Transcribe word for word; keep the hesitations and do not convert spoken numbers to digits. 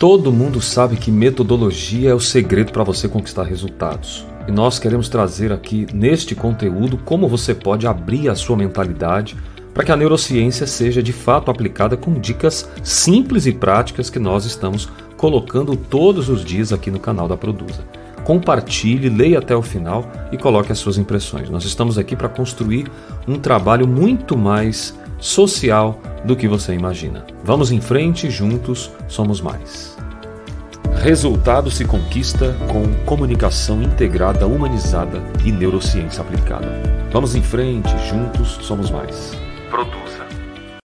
Todo mundo sabe que metodologia é o segredo para você conquistar resultados. E nós queremos trazer aqui neste conteúdo como você pode abrir a sua mentalidade para que a neurociência seja de fato aplicada com dicas simples e práticas que nós estamos colocando todos os dias aqui no canal da Produza. Compartilhe, leia até o final e coloque as suas impressões. Nós estamos aqui para construir um trabalho muito mais social do que você imagina. Vamos em frente, juntos somos mais. Resultado se conquista com comunicação integrada, humanizada e neurociência aplicada. Vamos em frente, juntos somos mais. Produza.